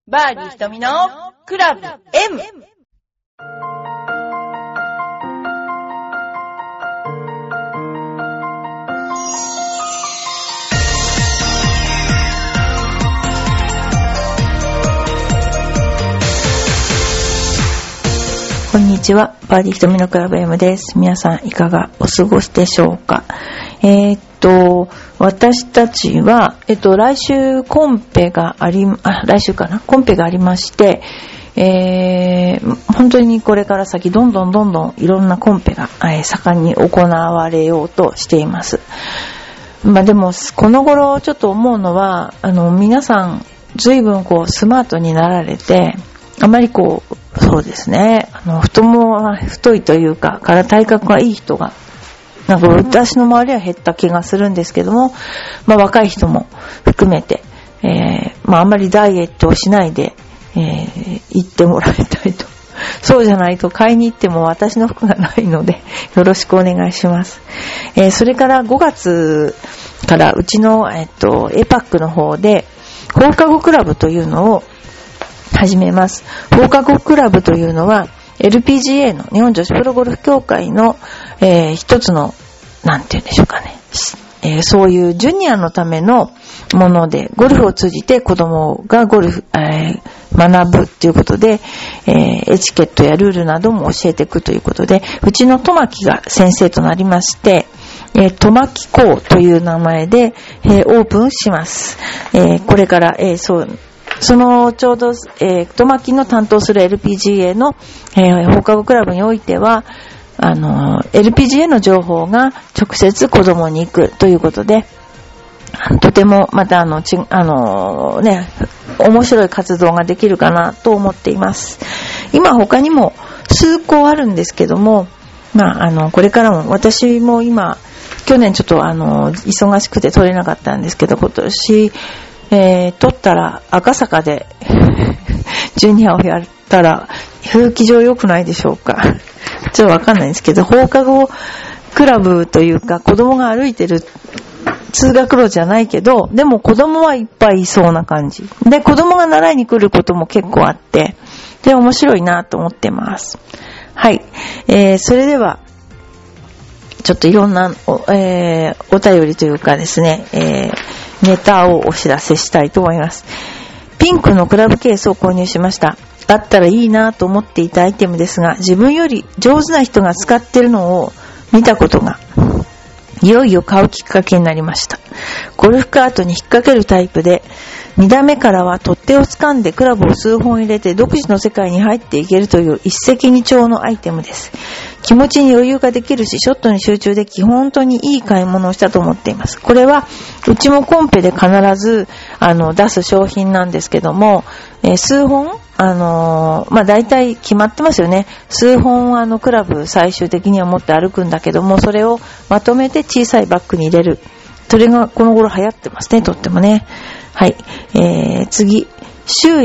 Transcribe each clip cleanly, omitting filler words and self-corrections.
バーディー瞳のクラブ M。 こんにちは、バーディー瞳のクラブ M です。皆さんいかがお過ごしでしょうか。私たちは、来週コンペがありまして、本当にこれから先どんどんいろんなコンペが、盛んに行われようとしています。でもこの頃ちょっと思うのは、皆さん随分スマートになられて、あまりそうですね、太ももが太いというか、体格がいい人がなんか私の周りは減った気がするんですけども、若い人も含めて、あんまりダイエットをしないで、行ってもらいたいと。そうじゃないと買いに行っても私の服がないのでよろしくお願いします。それから5月からうちの、APAC の方で放課後クラブというのを始めます。放課後クラブというのはLPGA の日本女子プロゴルフ協会の、一つのなんて言うんでしょうかね、そういうジュニアのためのもので、ゴルフを通じて子供がゴルフ、学ぶということで、エチケットやルールなども教えていくということで、うちのトマキが先生となりまして、トマキ校という名前で、オープンします。これから、そのちょうど、トマキの担当する LPGA の、放課後クラブにおいては、LPGA の情報が直接子供に行くということで、とてもまた面白い活動ができるかなと思っています。今他にも数校あるんですけども、これからも私も去年ちょっと忙しくて取れなかったんですけど、今年取ったら赤坂でジュニアをやったら風紀上良くないでしょうか。ちょっとわかんないんですけど、放課後クラブというか、子供が歩いてる通学路じゃないけど、でも子供はいっぱいいそうな感じで、子供が習いに来ることも結構あって、で面白いなと思ってます。はい、それではちょっといろんなお便りというかですね、ネタをお知らせしたいと思います。ピンクのクラブケースを購入しました。あったらいいなと思っていたアイテムですが、自分より上手な人が使ってるのを見たことがいよいよ買うきっかけになりました。ゴルフカートに引っ掛けるタイプで、2打目からは取っ手を掴んでクラブを数本入れて独自の世界に入っていけるという一石二鳥のアイテムです。気持ちに余裕ができるし、ショットに集中でき、本当にいい買い物をしたと思っています。これはうちもコンペで必ず出す商品なんですけども、数本大体決まってますよね。数本クラブ最終的には持って歩くんだけども、それをまとめて小さいバッグに入れる。それがこの頃流行ってますね、とってもね。はい。次。週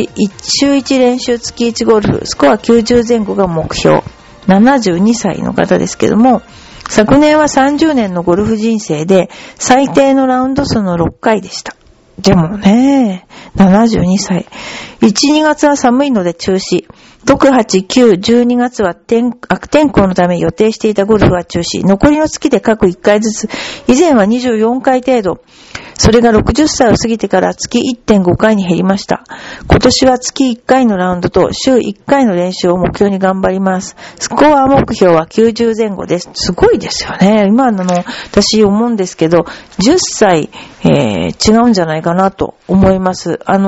1練習月1ゴルフ。スコア90前後が目標。72歳の方ですけども、昨年は30年のゴルフ人生で最低のラウンド数の6回でした。でもね、72歳。1、2月は寒いので中止。6、8、9、12月は悪天候のため予定していたゴルフは中止。残りの月で各1回ずつ。以前は24回程度。それが60歳を過ぎてから月 1.5 回に減りました。今年は月1回のラウンドと週1回の練習を目標に頑張ります。スコア目標は90前後です。すごいですよね。今私思うんですけど、10歳、違うんじゃないかなと思います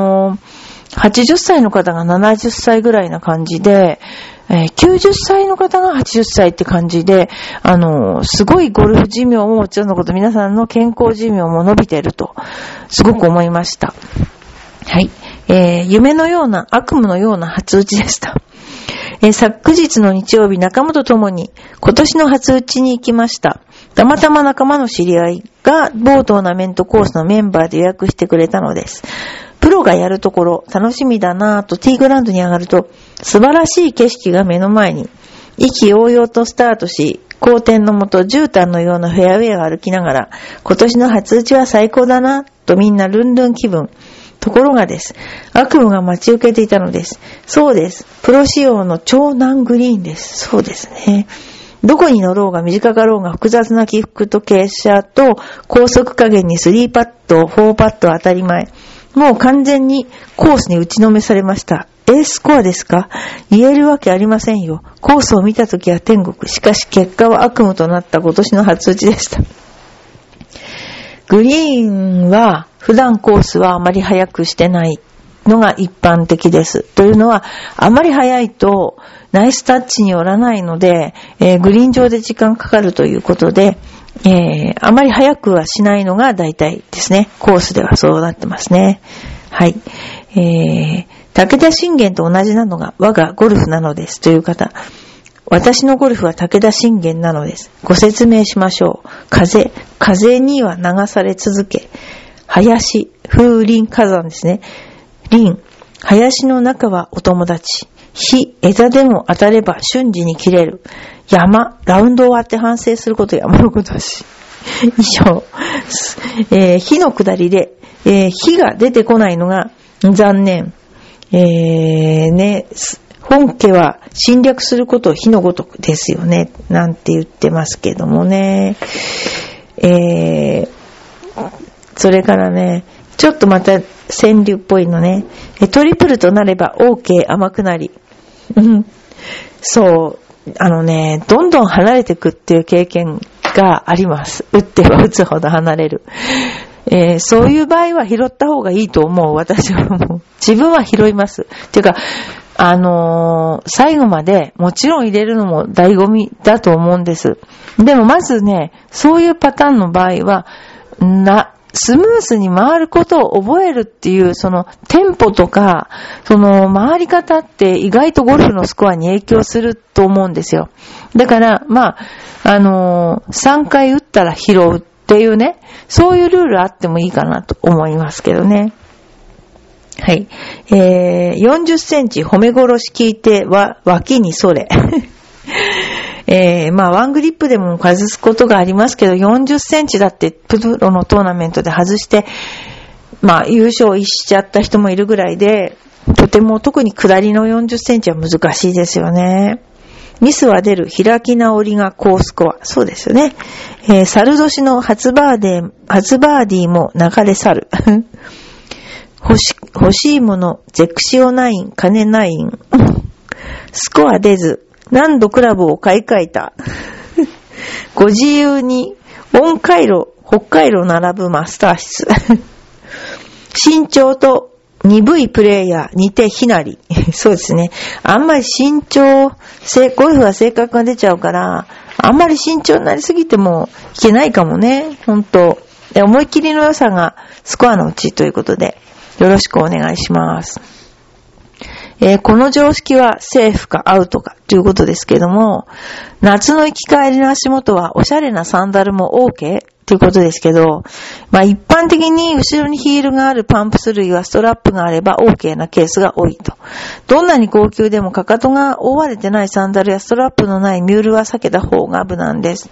。80歳の方が70歳ぐらいな感じで、90歳の方が80歳って感じで、すごいゴルフ寿命ももちろんのこと、皆さんの健康寿命も伸びていると、すごく思いました。はい。夢のような、悪夢のような初打ちでした。昨日の日曜日、仲間と共に今年の初打ちに行きました。たまたま仲間の知り合いが某トーナメントコースのメンバーで予約してくれたのです。プロがやるところ楽しみだなぁとティーグラウンドに上がると素晴らしい景色が目の前に。意気揚々とスタートし、好天のもと絨毯のようなフェアウェイを歩きながら、今年の初打ちは最高だなとみんなルンルン気分。 ところがです。悪夢が待ち受けていたのです。そうです。プロ仕様の超難グリーンです。そうですね。どこに乗ろうが短かろうが複雑な起伏と傾斜と高速加減に3パット、4パットは当たり前。もう完全にコースに打ちのめされました。スコアですか？言えるわけありませんよ。コースを見たときは天国。しかし結果は悪夢となった今年の初打ちでした。グリーンは普段コースはあまり速くしてないのが一般的です。というのはあまり速いとナイスタッチによらないので、グリーン上で時間かかるということで、あまり速くはしないのが大体ですね。コースではそうなってますね。はい。武田信玄と同じなのが我がゴルフなのですという方。私のゴルフは武田信玄なのです。ご説明しましょう。風には流され続け、林、風林火山ですね。林、林の中はお友達。火、枝でも当たれば瞬時に切れる。山、ラウンドを割って反省すること山のことだし。以上、火の下りで、火が出てこないのが残念。本家は侵略することを火のごとくですよね。なんて言ってますけどもね。それからね、ちょっとまた川柳っぽいのね。トリプルとなれば OK 甘くなり。そう。どんどん離れてくっていう経験があります。打っては打つほど離れる。そういう場合は拾った方がいいと思う。私はもう。自分は拾います。っていうか、最後までもちろん入れるのも醍醐味だと思うんです。でもまずね、そういうパターンの場合は、スムースに回ることを覚えるっていう、そのテンポとか、その回り方って意外とゴルフのスコアに影響すると思うんですよ。だから、3回打ったら拾うっていうね、そういうルールあってもいいかなと思いますけどね。はい。40センチ褒め殺し聞いては脇にそれ。ワングリップでも外すことがありますけど、40センチだってプロのトーナメントで外して、優勝しちゃった人もいるぐらいで、とても特に下りの40センチは難しいですよね。ミスは出る、開き直りが高スコア。そうですよね。猿年の初バーディーも流れ去る。欲しいもの、ゼクシオナイン、金ナイン。スコア出ず、何度クラブを買い替えた。ご自由に、北海道並ぶマスター室。身長と鈍いプレイヤー、似てひなり。そうですね。あんまり身長、ゴルフは性格が出ちゃうから、あんまり慎重になりすぎてもいけないかもね。本当。思いっきりの良さがスコアのうちということで、よろしくお願いします。この常識はセーフかアウトかということですけども、夏の行き帰りの足元はおしゃれなサンダルも OK ということですけど、一般的に後ろにヒールがあるパンプス類はストラップがあれば OK なケースが多いと。どんなに高級でもかかとが覆われてないサンダルやストラップのないミュールは避けた方が無難です。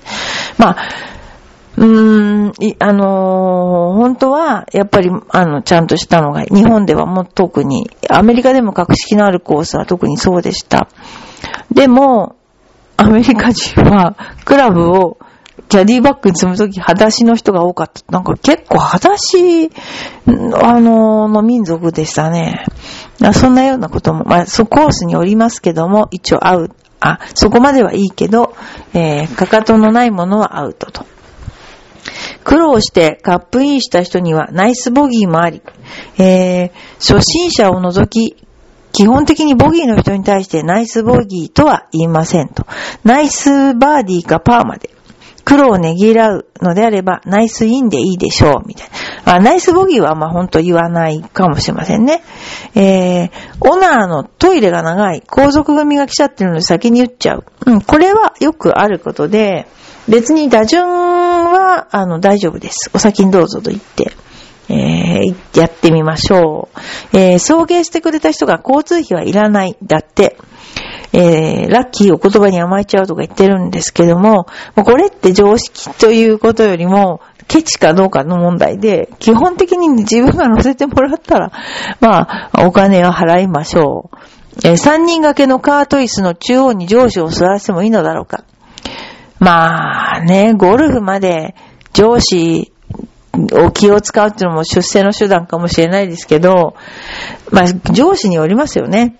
本当は、やっぱり、ちゃんとしたのが、日本ではもう特に、アメリカでも格式のあるコースは特にそうでした。でも、アメリカ人は、クラブを、キャディバッグに積むとき、裸足の人が多かった。なんか結構裸足、の民族でしたね。そんなようなことも、コースによりますけども、一応そこまではいいけど、かかとのないものはアウトと。苦労してカップインした人にはナイスボギーもあり、初心者を除き、基本的にボギーの人に対してナイスボギーとは言いませんと。ナイスバーディーかパーまで。苦労をねぎらうのであれば、ナイスインでいいでしょう、みたいな。ナイスボギーは本当言わないかもしれませんね。オナーのトイレが長い、後続組が来ちゃってるので先に打っちゃう。これはよくあることで、別に打順は、大丈夫です。お先にどうぞと言って、やってみましょう。送迎してくれた人が交通費はいらない。だって、ラッキーお言葉に甘えちゃうとか言ってるんですけども、これって常識ということよりも、 ケチかどうかの問題で、基本的に自分が乗せてもらったら、まあ、お金を払いましょう。3人掛けのカート椅子の中央に上司を座らせてもいいのだろうか。まあね、ゴルフまで上司を気を使うっていうのも出世の手段かもしれないですけど、まあ上司によりますよね。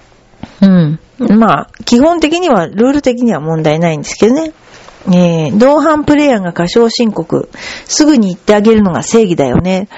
まあ基本的にはルール的には問題ないんですけどね。同伴プレイヤーが過少申告、すぐに言ってあげるのが正義だよね。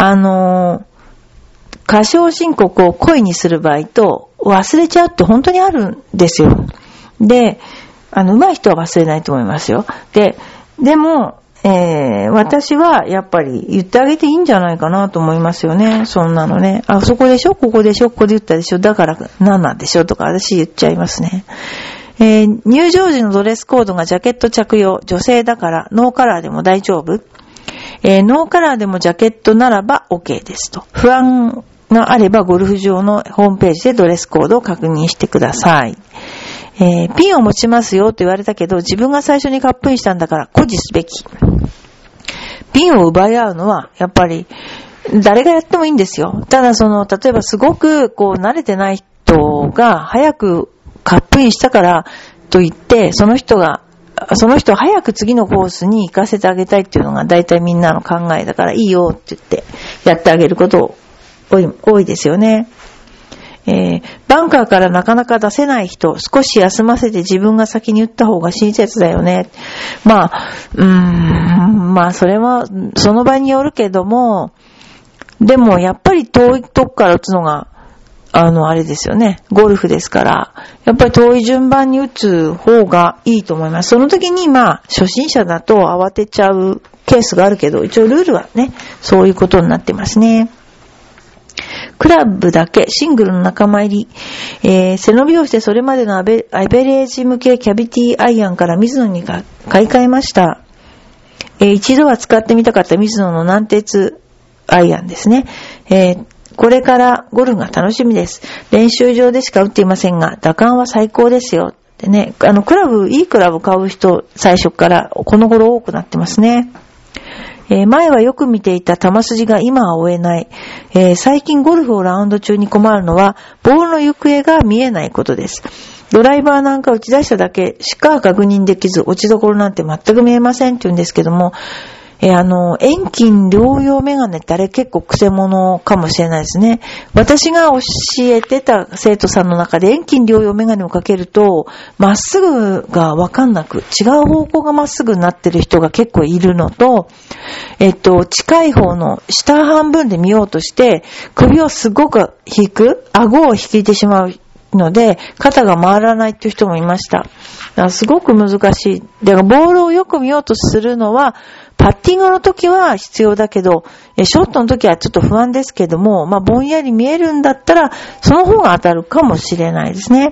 過少申告を故意にする場合と忘れちゃうって本当にあるんですよ。で、上手い人は忘れないと思いますよ。でも、私はやっぱり言ってあげていいんじゃないかなと思いますよね。そんなのね。あそこでしょ、ここでしょ、ここで言ったでしょ、だから何なんでしょとか私言っちゃいますね。入場時のドレスコードがジャケット着用、女性だからノーカラーでも大丈夫？ノーカラーでもジャケットならば OK ですと。不安があればゴルフ場のホームページでドレスコードを確認してください。ピンを持ちますよと言われたけど、自分が最初にカップインしたんだから誇示すべき。ピンを奪い合うのは、やっぱり、誰がやってもいいんですよ。ただ例えばすごく、慣れてない人が、早くカップインしたからといって、その人を早く次のコースに行かせてあげたいっていうのが、大体みんなの考えだから、いいよって言って、やってあげること多いですよね。バンカーからなかなか出せない人、少し休ませて自分が先に打った方が親切だよね。まあ、それは、その場によるけども、でもやっぱり遠いとこから打つのが、あれですよね。ゴルフですから、やっぱり遠い順番に打つ方がいいと思います。その時に初心者だと慌てちゃうケースがあるけど、一応ルールはね、そういうことになってますね。クラブだけ、シングルの仲間入り。背伸びをしてそれまでのアベレージ向けキャビティアイアンからミズノに買い替えました。一度は使ってみたかったミズノの軟鉄アイアンですね。これからゴルフが楽しみです。練習場でしか打っていませんが、打感は最高ですよ。ってね、いいクラブ買う人、最初からこの頃多くなってますね。前はよく見ていた球筋が今は追えない。最近ゴルフをラウンド中に困るのは、ボールの行方が見えないことです。ドライバーなんか打ち出しただけしか確認できず、落ちどころなんて全く見えませんって言うんですけども、遠近両用メガネってあれ結構癖者かもしれないですね。私が教えてた生徒さんの中で遠近両用メガネをかけると、まっすぐがわかんなく、違う方向がまっすぐになってる人が結構いるのと、近い方の下半分で見ようとして、首をすごく引く、顎を引いてしまうので、肩が回らないっていう人もいました。だからすごく難しい。だからボールをよく見ようとするのは、パッティングの時は必要だけど、ショットの時はちょっと不安ですけども、ぼんやり見えるんだったら、その方が当たるかもしれないですね。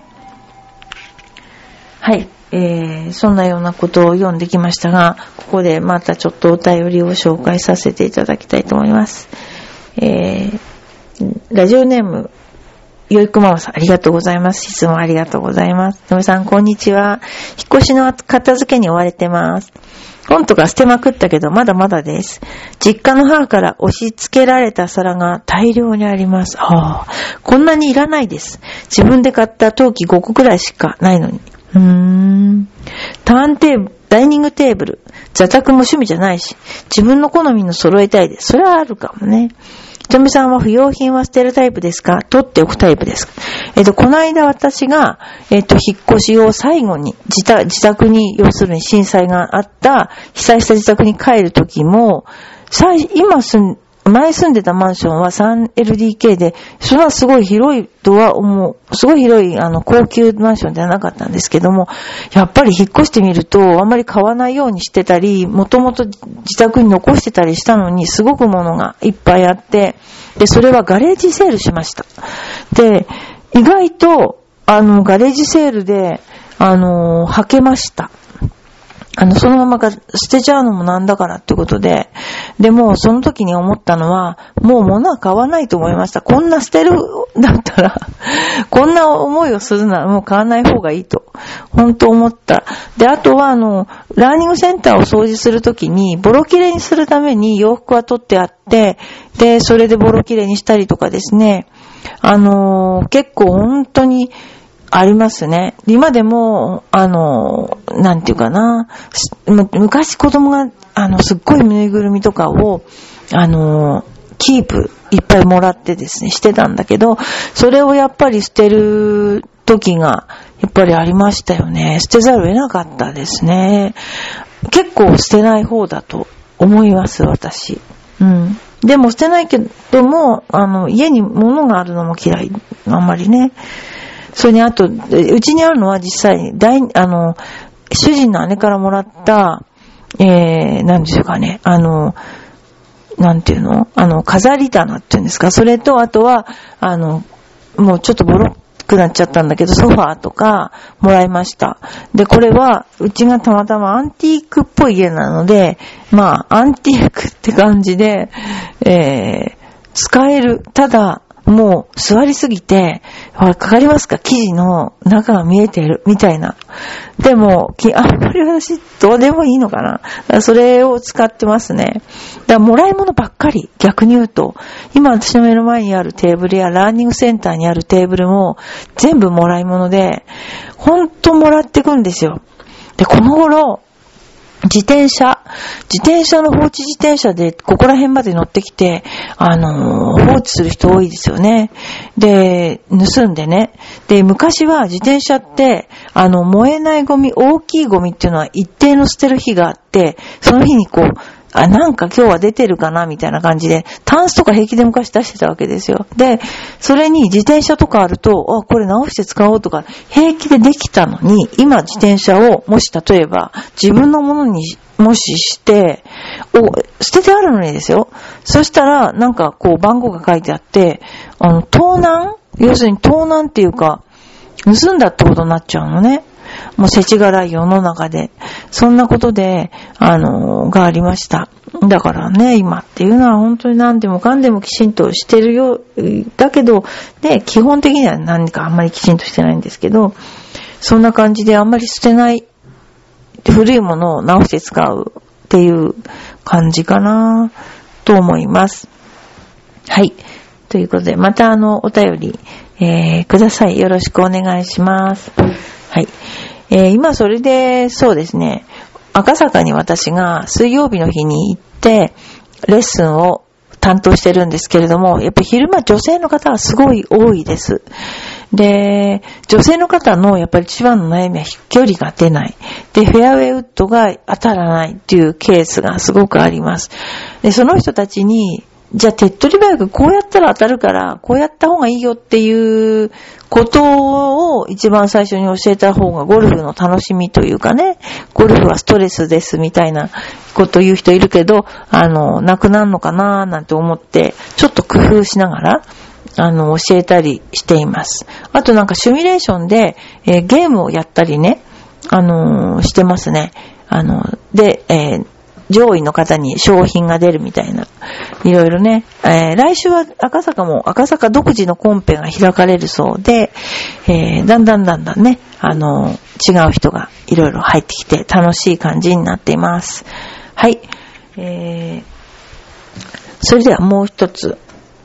はい。そんなようなことを読んできましたが、ここでまたちょっとお便りを紹介させていただきたいと思います。ラジオネーム、よいこママさん、ありがとうございます。いつもありがとうございます。のめさん、こんにちは。引っ越しの片付けに追われてます。本とか捨てまくったけど、まだまだです。実家の母から押し付けられた皿が大量にあります。こんなにいらないです。自分で買った陶器5個くらいしかないのに。ターンテーブル、ダイニングテーブル、座卓も趣味じゃないし、自分の好みの揃えたいです。それはあるかもね。ひとみさんは不要品は捨てるタイプですか？取っておくタイプですか？この間私が、引っ越しを最後に、自宅に、要するに震災があった、被災した自宅に帰るときも、前住んでたマンションは 3LDK で、それはすごい広いすごい広い高級マンションではなかったんですけども、やっぱり引っ越してみると、あんまり買わないようにしてたり、もともと自宅に残してたりしたのに、すごく物がいっぱいあって、で、それはガレージセールしました。で、意外と、ガレージセールで、履けました。そのまま捨てちゃうのもなんだからってことで、でもその時に思ったのは、もう物は買わないと思いました。こんな捨てるだったら、 こんな思いをするならもう買わない方がいいと、本当思った。で、あとはラーニングセンターを掃除するときに、ボロ切れにするために洋服は取ってあって、で、それでボロ切れにしたりとかですね、結構本当にありますね。今でも、なんていうかな、昔子供が、すっごいぬいぐるみとかを、キープいっぱいもらってですね、してたんだけど、それをやっぱり捨てる時が、やっぱりありましたよね。捨てざるを得なかったですね。結構捨てない方だと思います、私。うん。でも捨てないけども、家に物があるのも嫌い。あんまりね。それにあと、うちにあるのは実際、主人の姉からもらった、なんでしょうかね、なんていうの？飾り棚っていうんですか？それと、あとは、もうちょっとボロくなっちゃったんだけど、ソファーとかもらいました。で、これは、うちがたまたまアンティークっぽい家なので、まあ、アンティークって感じで、使える。ただ、もう座りすぎて、かかりますか？生地の中が見えているみたいな。でも、あんまり私どうでもいいのかな。だからそれを使ってますね。だからもらい物ばっかり、逆に言うと、今私の目の前にあるテーブルやラーニングセンターにあるテーブルも全部もらい物で、ほんともらってくんですよ。で、この頃、自転車の放置自転車でここら辺まで乗ってきて、放置する人多いですよね。で、盗んでね。で、昔は自転車って、燃えないゴミ、大きいゴミっていうのは一定の捨てる日があって、その日にこう、なんか今日は出てるかなみたいな感じで、タンスとか平気で昔出してたわけですよ。で、それに自転車とかあると、これ直して使おうとか、平気でできたのに、今自転車を、もし例えば、自分のものにもしして、捨ててあるのにですよ。そしたら、なんかこう番号が書いてあって、盗難？要するに盗難っていうか、盗んだってことになっちゃうのね。もう世知辛い世の中で。そんなことで、がありました。だからね、今っていうのは本当に何でもかんでもきちんとしてるよ。だけど、ね、基本的には何かあんまりきちんとしてないんですけど、そんな感じであんまり捨てない、古いものを直して使うっていう感じかなと思います。はい。ということで、またお便り、ください。よろしくお願いします。はい。今それで、そうですね、赤坂に私が水曜日の日に行って、レッスンを担当してるんですけれども、やっぱり昼間女性の方がすごい多いです。で、女性の方のやっぱり一番の悩みは飛距離が出ない。で、フェアウェイウッドが当たらないっていうケースがすごくあります。で、その人たちに、じゃあ手っ取り早くこうやったら当たるから、こうやった方がいいよっていうことを一番最初に教えた方がゴルフの楽しみというかね、ゴルフはストレスですみたいなことを言う人いるけど、なくなるのかなーなんて思って、ちょっと工夫しながら、教えたりしています。あとなんかシミュレーションで、ゲームをやったりね、してますね。で、上位の方に商品が出るみたいな。いろいろね。来週は赤坂独自のコンペが開かれるそうで、だんだんね、違う人がいろいろ入ってきて楽しい感じになっています。はい。それではもう一つ。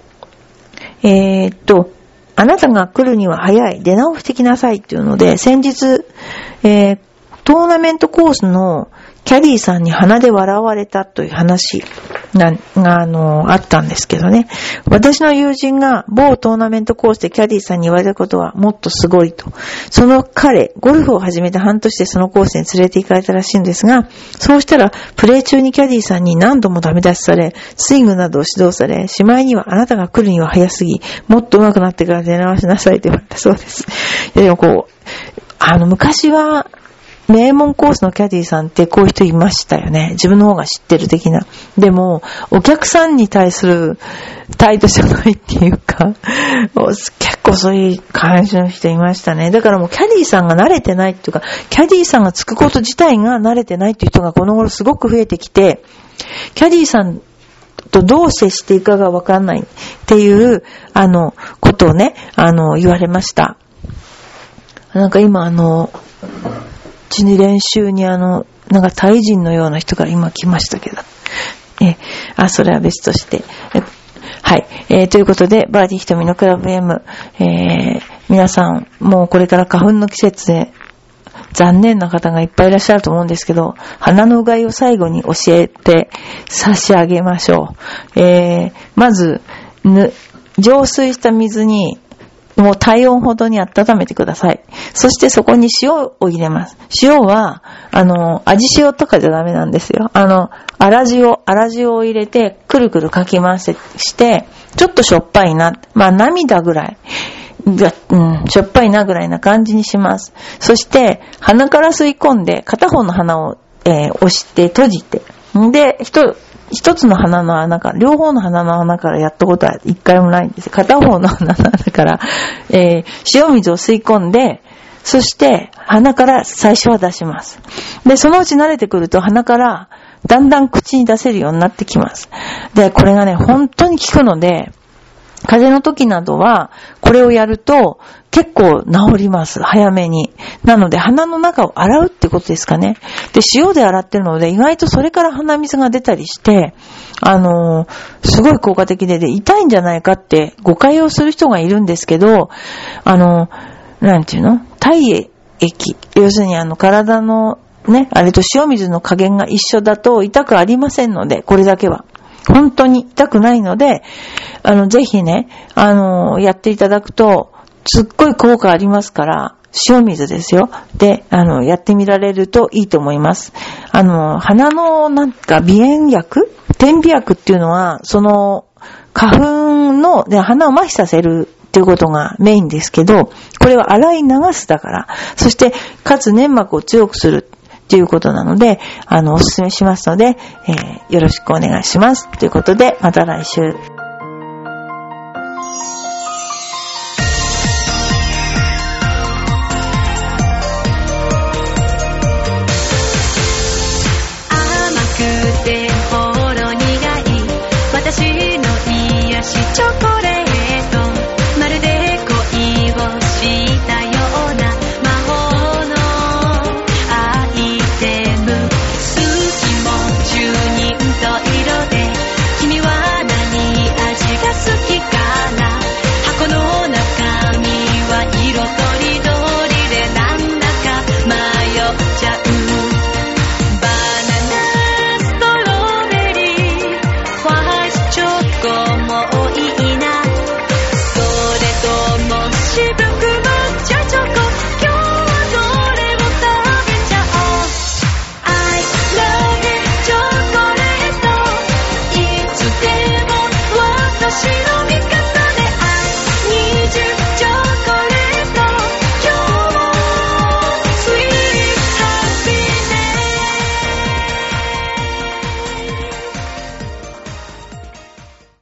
あなたが来るには早い、出直してきなさいっていうので、先日、トーナメントコースのキャディーさんに鼻で笑われたという話が、あったんですけどね。私の友人が某トーナメントコースでキャディーさんに言われたことはもっとすごいと。その彼、ゴルフを始めて半年でそのコースに連れて行かれたらしいんですが、そうしたらプレー中にキャディーさんに何度もダメ出しされ、スイングなどを指導され、しまいにはあなたが来るには早すぎ、もっと上手くなってから出直しなさいと言われたそうです。でもこう、昔は、名門コースのキャディーさんってこういう人いましたよね。自分の方が知ってる的な。でも、お客さんに対する態度じゃないっていうか、結構そういう感じの人いましたね。だからもうキャディーさんが慣れてないっていうか、キャディーさんがつくこと自体が慣れてないっていう人がこの頃すごく増えてきて、キャディーさんとどう接していいかがわかんないっていう、こことをね、言われました。なんか今うちに練習になんかタイ人のような人が今来ましたけど。それは別として。はい。ということで、バーディーひとみのクラブ M、皆さん、もうこれから花粉の季節で、残念な方がいっぱいいらっしゃると思うんですけど、鼻のうがいを最後に教えて差し上げましょう。まず、浄水した水に、もう体温ほどに温めてください。そしてそこに塩を入れます。塩は、味塩とかじゃダメなんですよ。粗塩を入れて、くるくるかき回して、ちょっとしょっぱいな、涙ぐらい。しょっぱいなぐらいな感じにします。そして、鼻から吸い込んで、片方の鼻を、押して閉じて。で、一つの鼻の穴から、両方の鼻の穴からやったことは一回もないんです。片方の鼻の穴から、塩水を吸い込んで、そして鼻から最初は出します。で、そのうち慣れてくると鼻からだんだん口に出せるようになってきます。で、これがね、本当に効くので、風邪の時などは、これをやると結構治ります。早めに。なので、鼻の中を洗うってことですかね。で、塩で洗ってるので、意外とそれから鼻水が出たりして、すごい効果的で、痛いんじゃないかって誤解をする人がいるんですけど、なんていうの？体液。要するに体のね、あれと塩水の加減が一緒だと痛くありませんので、これだけは。本当に痛くないので、ぜひね、やっていただくと、すっごい効果ありますから、塩水ですよ。で、やってみられるといいと思います。鼻のなんか鼻炎薬？点鼻薬っていうのは、その、花粉で鼻を麻痺させるっていうことがメインですけど、これは洗い流すだから、そして、かつ粘膜を強くする。ということなので、お勧めしますので、よろしくお願いします。ということで、また来週。